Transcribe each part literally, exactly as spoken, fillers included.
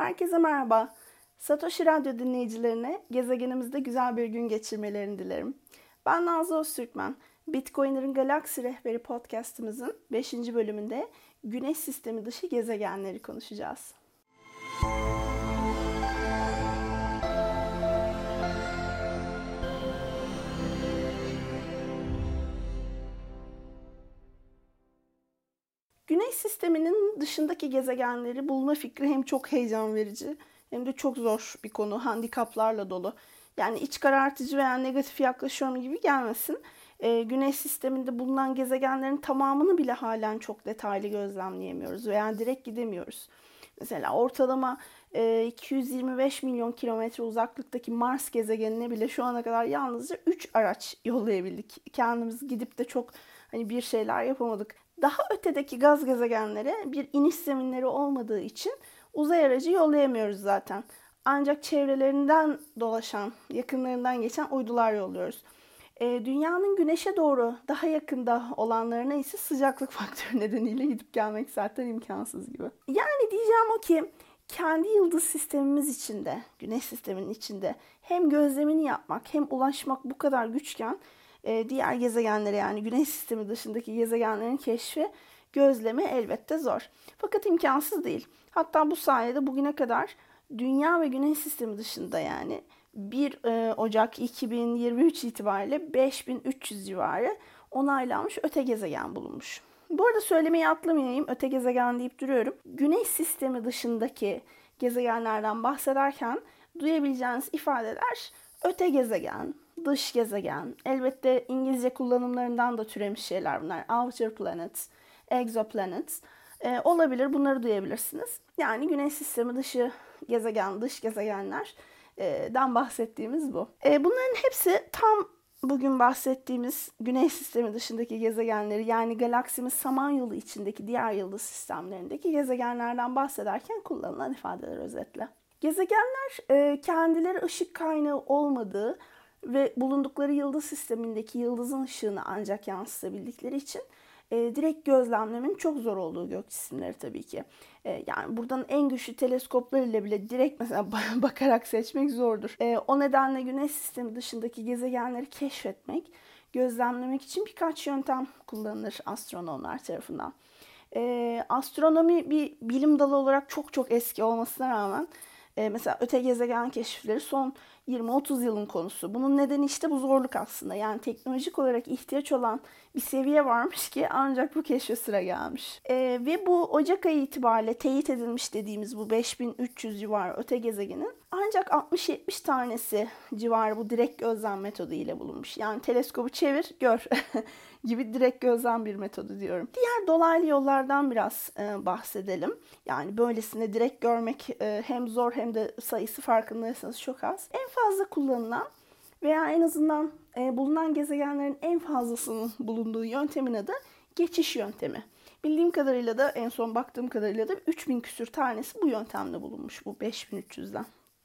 Herkese merhaba. Satoshi Radyo dinleyicilerine gezegenimizde güzel bir gün geçirmelerini dilerim. Ben Nazlı Öztürkmen. Bitcoin'lerin Galaksi Rehberi podcastımızın beşinci bölümünde Güneş sistemi dışı gezegenleri konuşacağız. Güneş sisteminin dışındaki gezegenleri bulma fikri hem çok heyecan verici hem de çok zor bir konu, handikaplarla dolu. Yani iç karartıcı veya negatif yaklaşıyorum gibi gelmesin. Ee, Güneş sisteminde bulunan gezegenlerin tamamını bile halen çok detaylı gözlemleyemiyoruz veya direkt gidemiyoruz. Mesela ortalama e, iki yüz yirmi beş milyon kilometre uzaklıktaki Mars gezegenine bile şu ana kadar yalnızca üç araç yollayabildik. Kendimiz gidip de çok hani bir şeyler yapamadık. Daha ötedeki gaz gezegenlere bir iniş zeminleri olmadığı için uzay aracı yollayamıyoruz zaten. Ancak çevrelerinden dolaşan, yakınlarından geçen uydular yolluyoruz. E, dünyanın güneşe doğru daha yakında olanlarına ise sıcaklık faktörü nedeniyle gidip gelmek zaten imkansız gibi. Yani diyeceğim o ki kendi yıldız sistemimiz içinde, güneş sisteminin içinde hem gözlemini yapmak hem ulaşmak bu kadar güçken e, diğer gezegenlere yani güneş sistemi dışındaki gezegenlerin keşfi, gözlemi elbette zor. Fakat imkansız değil. Hatta bu sayede bugüne kadar Dünya ve Güneş sistemi dışında yani bir Ocak iki bin yirmi üç itibariyle beş bin üç yüz civarı onaylanmış öte gezegen bulunmuş. Bu arada söylemeyi atlamayayım, öte gezegen deyip duruyorum. Güneş sistemi dışındaki gezegenlerden bahsederken duyabileceğiniz ifadeler öte gezegen, dış gezegen, elbette İngilizce kullanımlarından da türemiş şeyler bunlar. Outer planets, exoplanets e, olabilir, bunları duyabilirsiniz. Yani Güneş sistemi dışı gezegen, dış gezegenlerden bahsettiğimiz bu. E, bunların hepsi tam bugün bahsettiğimiz Güneş sistemi dışındaki gezegenleri yani galaksimiz Samanyolu içindeki diğer yıldız sistemlerindeki gezegenlerden bahsederken kullanılan ifadeler özetle. Gezegenler e, kendileri ışık kaynağı olmadığı ve bulundukları yıldız sistemindeki yıldızın ışığını ancak yansıtabildikleri için e, direkt gözlemlemenin çok zor olduğu gök cisimleri tabii ki. E, yani buradan en güçlü teleskoplar ile bile direkt mesela bakarak seçmek zordur. E, o nedenle Güneş sistemi dışındaki gezegenleri keşfetmek, gözlemlemek için birkaç yöntem kullanılır astronomlar tarafından. E, astronomi bir bilim dalı olarak çok çok eski olmasına rağmen e, mesela öte gezegen keşifleri son yirmi otuz yılın konusu. Bunun nedeni işte bu zorluk aslında. Yani teknolojik olarak ihtiyaç olan bir seviye varmış ki ancak bu keşfe sıra gelmiş. E, ve bu Ocak ayı itibariyle teyit edilmiş dediğimiz bu beş bin üç yüz civarı öte gezegenin ancak altmış yetmiş tanesi civarı bu direkt gözlem metodu ile bulunmuş. Yani teleskobu çevir, gör gibi direkt gözlem bir metodu diyorum. Diğer dolaylı yollardan biraz e, bahsedelim. Yani böylesine direkt görmek e, hem zor hem de sayısı farkındaysanız çok az. En fazla kullanılan veya en azından e, bulunan gezegenlerin en fazlasının bulunduğu yöntemin adı geçiş yöntemi. Bildiğim kadarıyla da en son baktığım kadarıyla da üç bin küsür tanesi bu yöntemde bulunmuş bu beş bin üç yüzden.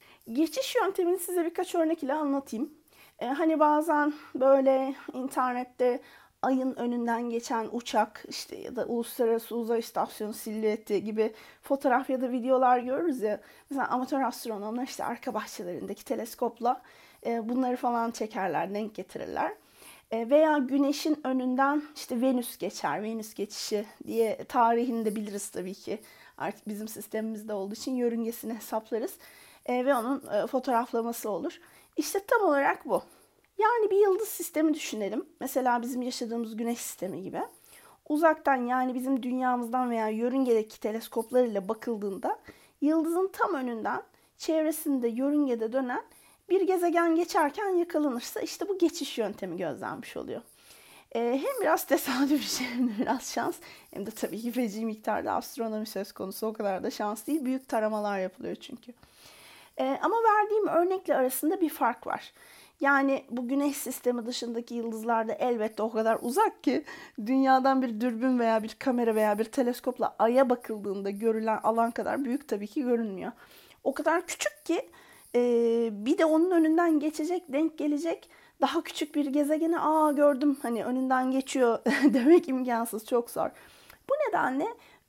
Geçiş yöntemini size birkaç örnek ile anlatayım. E, hani bazen böyle internette ayın önünden geçen uçak işte ya da uluslararası uzay istasyonu silüeti gibi fotoğraf ya da videolar görürüz ya. Mesela amatör astronomlar işte arka bahçelerindeki teleskopla e, bunları falan çekerler, denk getirirler. E, veya güneşin önünden işte Venüs geçer, Venüs geçişi diye tarihini de biliriz tabii ki. Artık bizim sistemimizde olduğu için yörüngesini hesaplarız. E, ve onun e, fotoğraflaması olur. İşte tam olarak bu. Yani bir yıldız sistemi düşünelim. Mesela bizim yaşadığımız güneş sistemi gibi. Uzaktan yani bizim dünyamızdan veya yörüngedeki teleskoplar ile bakıldığında yıldızın tam önünden çevresinde yörüngede dönen bir gezegen geçerken yakalanırsa işte bu geçiş yöntemi gözlenmiş oluyor. Ee, hem biraz tesadüf işi hem de biraz şans hem de tabii ki feci miktarda astronomi söz konusu, o kadar da şans değil. Büyük taramalar yapılıyor çünkü. Ee, ama verdiğim örnekle arasında bir fark var. Yani bu güneş sistemi dışındaki yıldızlarda elbette o kadar uzak ki dünyadan bir dürbün veya bir kamera veya bir teleskopla aya bakıldığında görülen alan kadar büyük tabii ki görünmüyor. O kadar küçük ki e, bir de onun önünden geçecek, denk gelecek daha küçük bir gezegeni aa gördüm hani önünden geçiyor demek imkansız, çok zor. Bu nedenle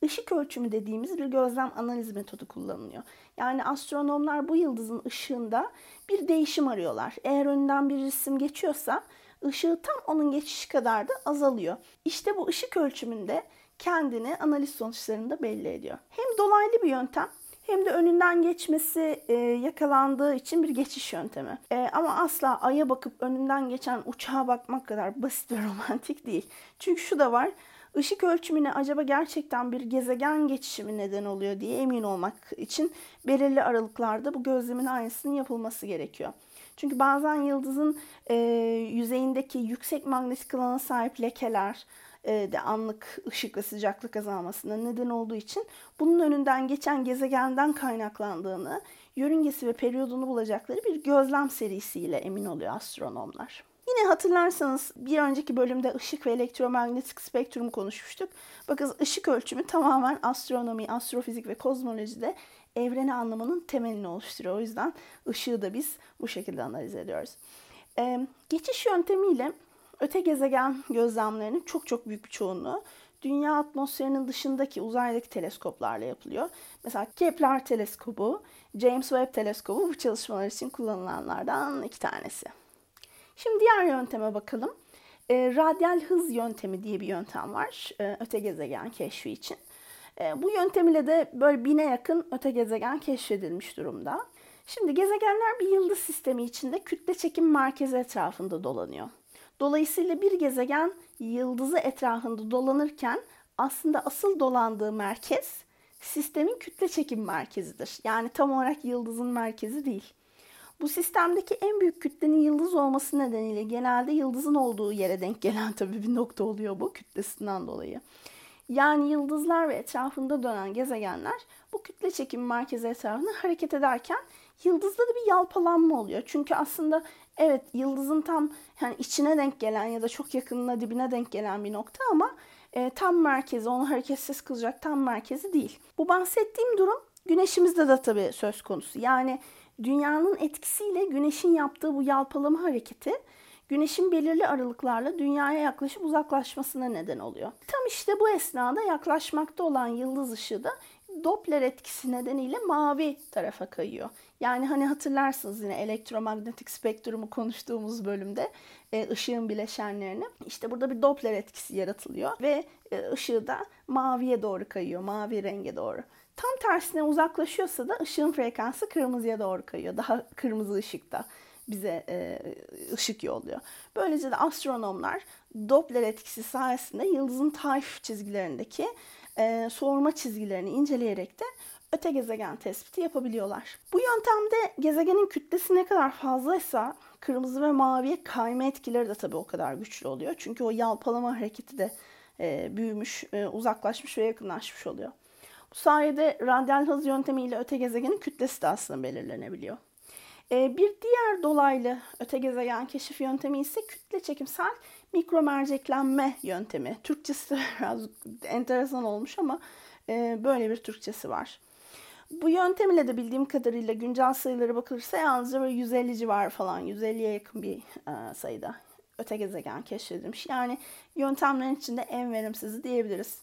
ışık ölçümü dediğimiz bir gözlem analiz metodu kullanılıyor. Yani astronomlar bu yıldızın ışığında bir değişim arıyorlar. Eğer önünden bir cisim geçiyorsa ışığı tam onun geçişi kadar da azalıyor. İşte bu ışık ölçümünde kendini analiz sonuçlarında belli ediyor. Hem dolaylı bir yöntem hem de önünden geçmesi e, yakalandığı için bir geçiş yöntemi. E, ama asla Ay'a bakıp önünden geçen uçağa bakmak kadar basit ve romantik değil. Çünkü şu da var, ışık ölçümüne acaba gerçekten bir gezegen geçişi mi neden oluyor diye emin olmak için belirli aralıklarda bu gözlemin aynısının yapılması gerekiyor. Çünkü bazen yıldızın e, yüzeyindeki yüksek manyetik alana sahip lekeler e, de anlık ışık ve sıcaklık azalmasına neden olduğu için bunun önünden geçen gezegenden kaynaklandığını, yörüngesi ve periyodunu bulacakları bir gözlem serisiyle emin oluyor astronomlar. Yine hatırlarsanız bir önceki bölümde ışık ve elektromanyetik spektrumu konuşmuştuk. Bakın ışık ölçümü tamamen astronomi, astrofizik ve kozmolojide evreni anlamanın temelini oluşturuyor. O yüzden ışığı da biz bu şekilde analiz ediyoruz. Ee, geçiş yöntemiyle öte gezegen gözlemlerinin çok çok büyük bir çoğunluğu Dünya atmosferinin dışındaki uzaydaki teleskoplarla yapılıyor. Mesela Kepler teleskobu, James Webb teleskobu bu çalışmalar için kullanılanlardan iki tanesi. Şimdi diğer yönteme bakalım. E, radyal hız yöntemi diye bir yöntem var e, öte gezegen keşfi için. E, bu yöntem ile de böyle bine yakın öte gezegen keşfedilmiş durumda. Şimdi gezegenler bir yıldız sistemi içinde kütle çekim merkezi etrafında dolanıyor. Dolayısıyla bir gezegen yıldızı etrafında dolanırken aslında asıl dolandığı merkez sistemin kütle çekim merkezidir. Yani tam olarak yıldızın merkezi değil. Bu sistemdeki en büyük kütlenin yıldız olması nedeniyle genelde yıldızın olduğu yere denk gelen tabii bir nokta oluyor bu kütlesinden dolayı. Yani yıldızlar ve etrafında dönen gezegenler bu kütle çekimi merkezi etrafında hareket ederken yıldızda da bir yalpalanma oluyor. Çünkü aslında evet yıldızın tam yani içine denk gelen ya da çok yakınına dibine denk gelen bir nokta ama e, tam merkezi, onu hareketsiz kılacak tam merkezi değil. Bu bahsettiğim durum Güneşimizde de tabii söz konusu. Yani Dünyanın etkisiyle Güneş'in yaptığı bu yalpalama hareketi Güneş'in belirli aralıklarla Dünya'ya yaklaşıp uzaklaşmasına neden oluyor. Tam işte bu esnada yaklaşmakta olan yıldız ışığı da Doppler etkisi nedeniyle mavi tarafa kayıyor. Yani hani hatırlarsınız yine elektromanyetik spektrumu konuştuğumuz bölümde e, ışığın bileşenlerini. İşte burada bir Doppler etkisi yaratılıyor ve e, ışığı da maviye doğru kayıyor, mavi renge doğru. Tam tersine uzaklaşıyorsa da ışığın frekansı kırmızıya doğru kayıyor. Daha kırmızı ışıkta bize e, ışık yolluyor. Böylece de astronomlar Doppler etkisi sayesinde yıldızın taif çizgilerindeki e, soğurma çizgilerini inceleyerek de öte gezegen tespiti yapabiliyorlar. Bu yöntemde gezegenin kütlesi ne kadar fazlaysa kırmızı ve maviye kayma etkileri de tabii o kadar güçlü oluyor. Çünkü o yalpalama hareketi de e, büyümüş, e, uzaklaşmış ve yakınlaşmış oluyor. Bu sayede radyal hız yöntemiyle öte gezegenin kütlesi de aslında belirlenebiliyor. Ee, bir diğer dolaylı öte gezegen keşif yöntemi ise kütle çekimsel mikro merceklenme yöntemi. Türkçesi biraz enteresan olmuş ama e, böyle bir Türkçesi var. Bu yöntem ile de bildiğim kadarıyla güncel sayılara bakılırsa yalnızca böyle yüz elli civarı falan, yüz elliye yakın bir e, sayıda öte gezegen keşfedilmiş. Yani yöntemlerin içinde en verimsizi diyebiliriz.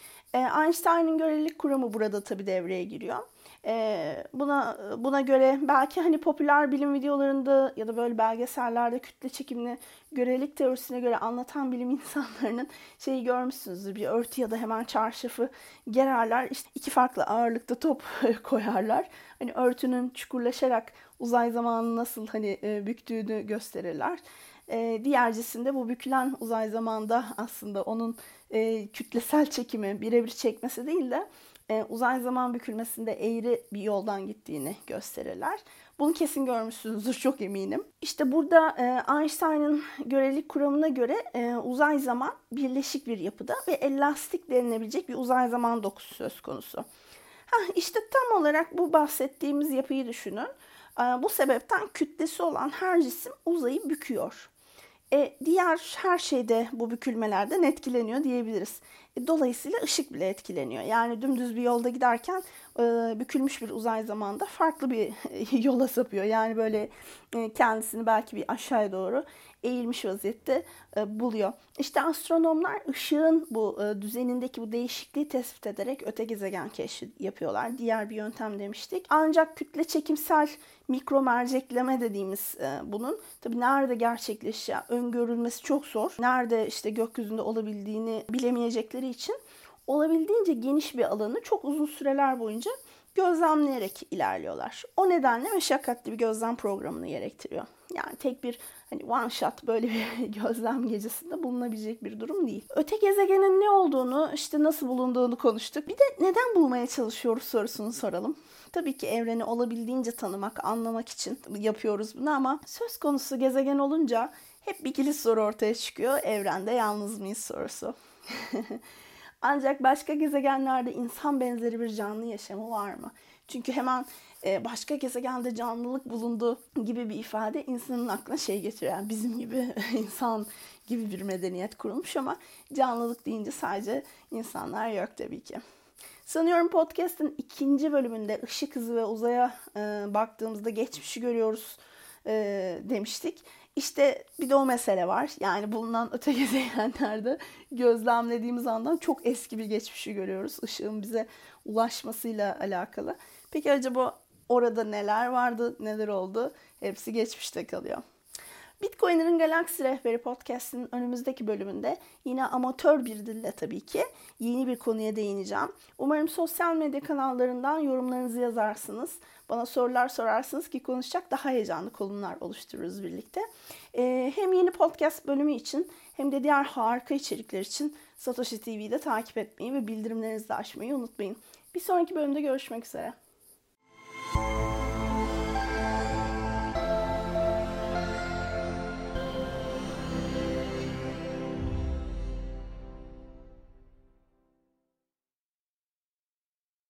Einstein'ın görelilik kuramı burada tabii devreye giriyor. Buna buna göre belki hani popüler bilim videolarında ya da böyle belgesellerde kütle çekimini görelilik teorisine göre anlatan bilim insanlarının şeyi görmüşsünüzdür. Bir örtü ya da hemen çarşafı gererler. İşte iki farklı ağırlıkta top koyarlar. Hani örtünün çukurlaşarak uzay zamanı nasıl hani büktüğünü gösterirler. E, diğercisinde bu bükülen uzay zamanda aslında onun e, kütlesel çekimi birebir çekmesi değil de e, uzay zaman bükülmesinde eğri bir yoldan gittiğini gösterirler. Bunu kesin görmüşsünüzdür, çok eminim. İşte burada e, Einstein'ın görelilik kuramına göre e, uzay zaman birleşik bir yapıda ve elastik denilebilecek bir uzay zaman dokusu söz konusu. Heh, işte tam olarak bu bahsettiğimiz yapıyı düşünün. E, bu sebepten kütlesi olan her cisim uzayı büküyor. E, diğer her şeyde bu bükülmelerden etkileniyor diyebiliriz. E, dolayısıyla ışık bile etkileniyor. Yani dümdüz bir yolda giderken e, bükülmüş bir uzay zamanda farklı bir yola sapıyor. Yani böyle e, kendisini belki bir aşağıya doğru eğilmiş vaziyette e, buluyor. İşte astronomlar ışığın bu e, düzenindeki bu değişikliği tespit ederek öte gezegen keşfi yapıyorlar. Diğer bir yöntem demiştik. Ancak kütle çekimsel mikro mercekleme dediğimiz e, bunun tabii nerede gerçekleşeceği öngörülmesi çok zor. Nerede işte gökyüzünde olabildiğini bilemeyecekleri için olabildiğince geniş bir alanı çok uzun süreler boyunca gözlemleyerek ilerliyorlar. O nedenle meşakkatli bir gözlem programını gerektiriyor. Yani tek bir hani one shot böyle bir gözlem gecesinde bulunabilecek bir durum değil. Öte gezegenin ne olduğunu, işte nasıl bulunduğunu konuştuk. Bir de neden bulmaya çalışıyoruz sorusunu soralım. Tabii ki evreni olabildiğince tanımak, anlamak için yapıyoruz bunu ama söz konusu gezegen olunca hep bir kilit soru ortaya çıkıyor. Evrende yalnız mıyız sorusu. Ancak başka gezegenlerde insan benzeri bir canlı yaşamı var mı? Çünkü hemen başka gezegende canlılık bulundu gibi bir ifade insanın aklına şey getiriyor. Yani bizim gibi insan gibi bir medeniyet kurulmuş ama canlılık deyince sadece insanlar yok tabii ki. Sanıyorum podcast'ın ikinci bölümünde ışık hızı ve uzaya e, baktığımızda geçmişi görüyoruz e, demiştik. İşte bir de o mesele var. Yani bulunan öte gezegenlerde gözlemlediğimiz andan çok eski bir geçmişi görüyoruz. Işığın bize ulaşmasıyla alakalı. Peki acaba orada neler vardı, neler oldu? Hepsi geçmişte kalıyor. Bitcoiner'ın Galaksi Rehberi Podcast'ın önümüzdeki bölümünde yine amatör bir dille tabii ki yeni bir konuya değineceğim. Umarım sosyal medya kanallarından yorumlarınızı yazarsınız. Bana sorular sorarsınız ki konuşacak daha heyecanlı konular oluştururuz birlikte. Ee, hem yeni podcast bölümü için hem de diğer harika içerikler için Satoshi T V'yi de takip etmeyi ve bildirimlerinizi de açmayı unutmayın. Bir sonraki bölümde görüşmek üzere.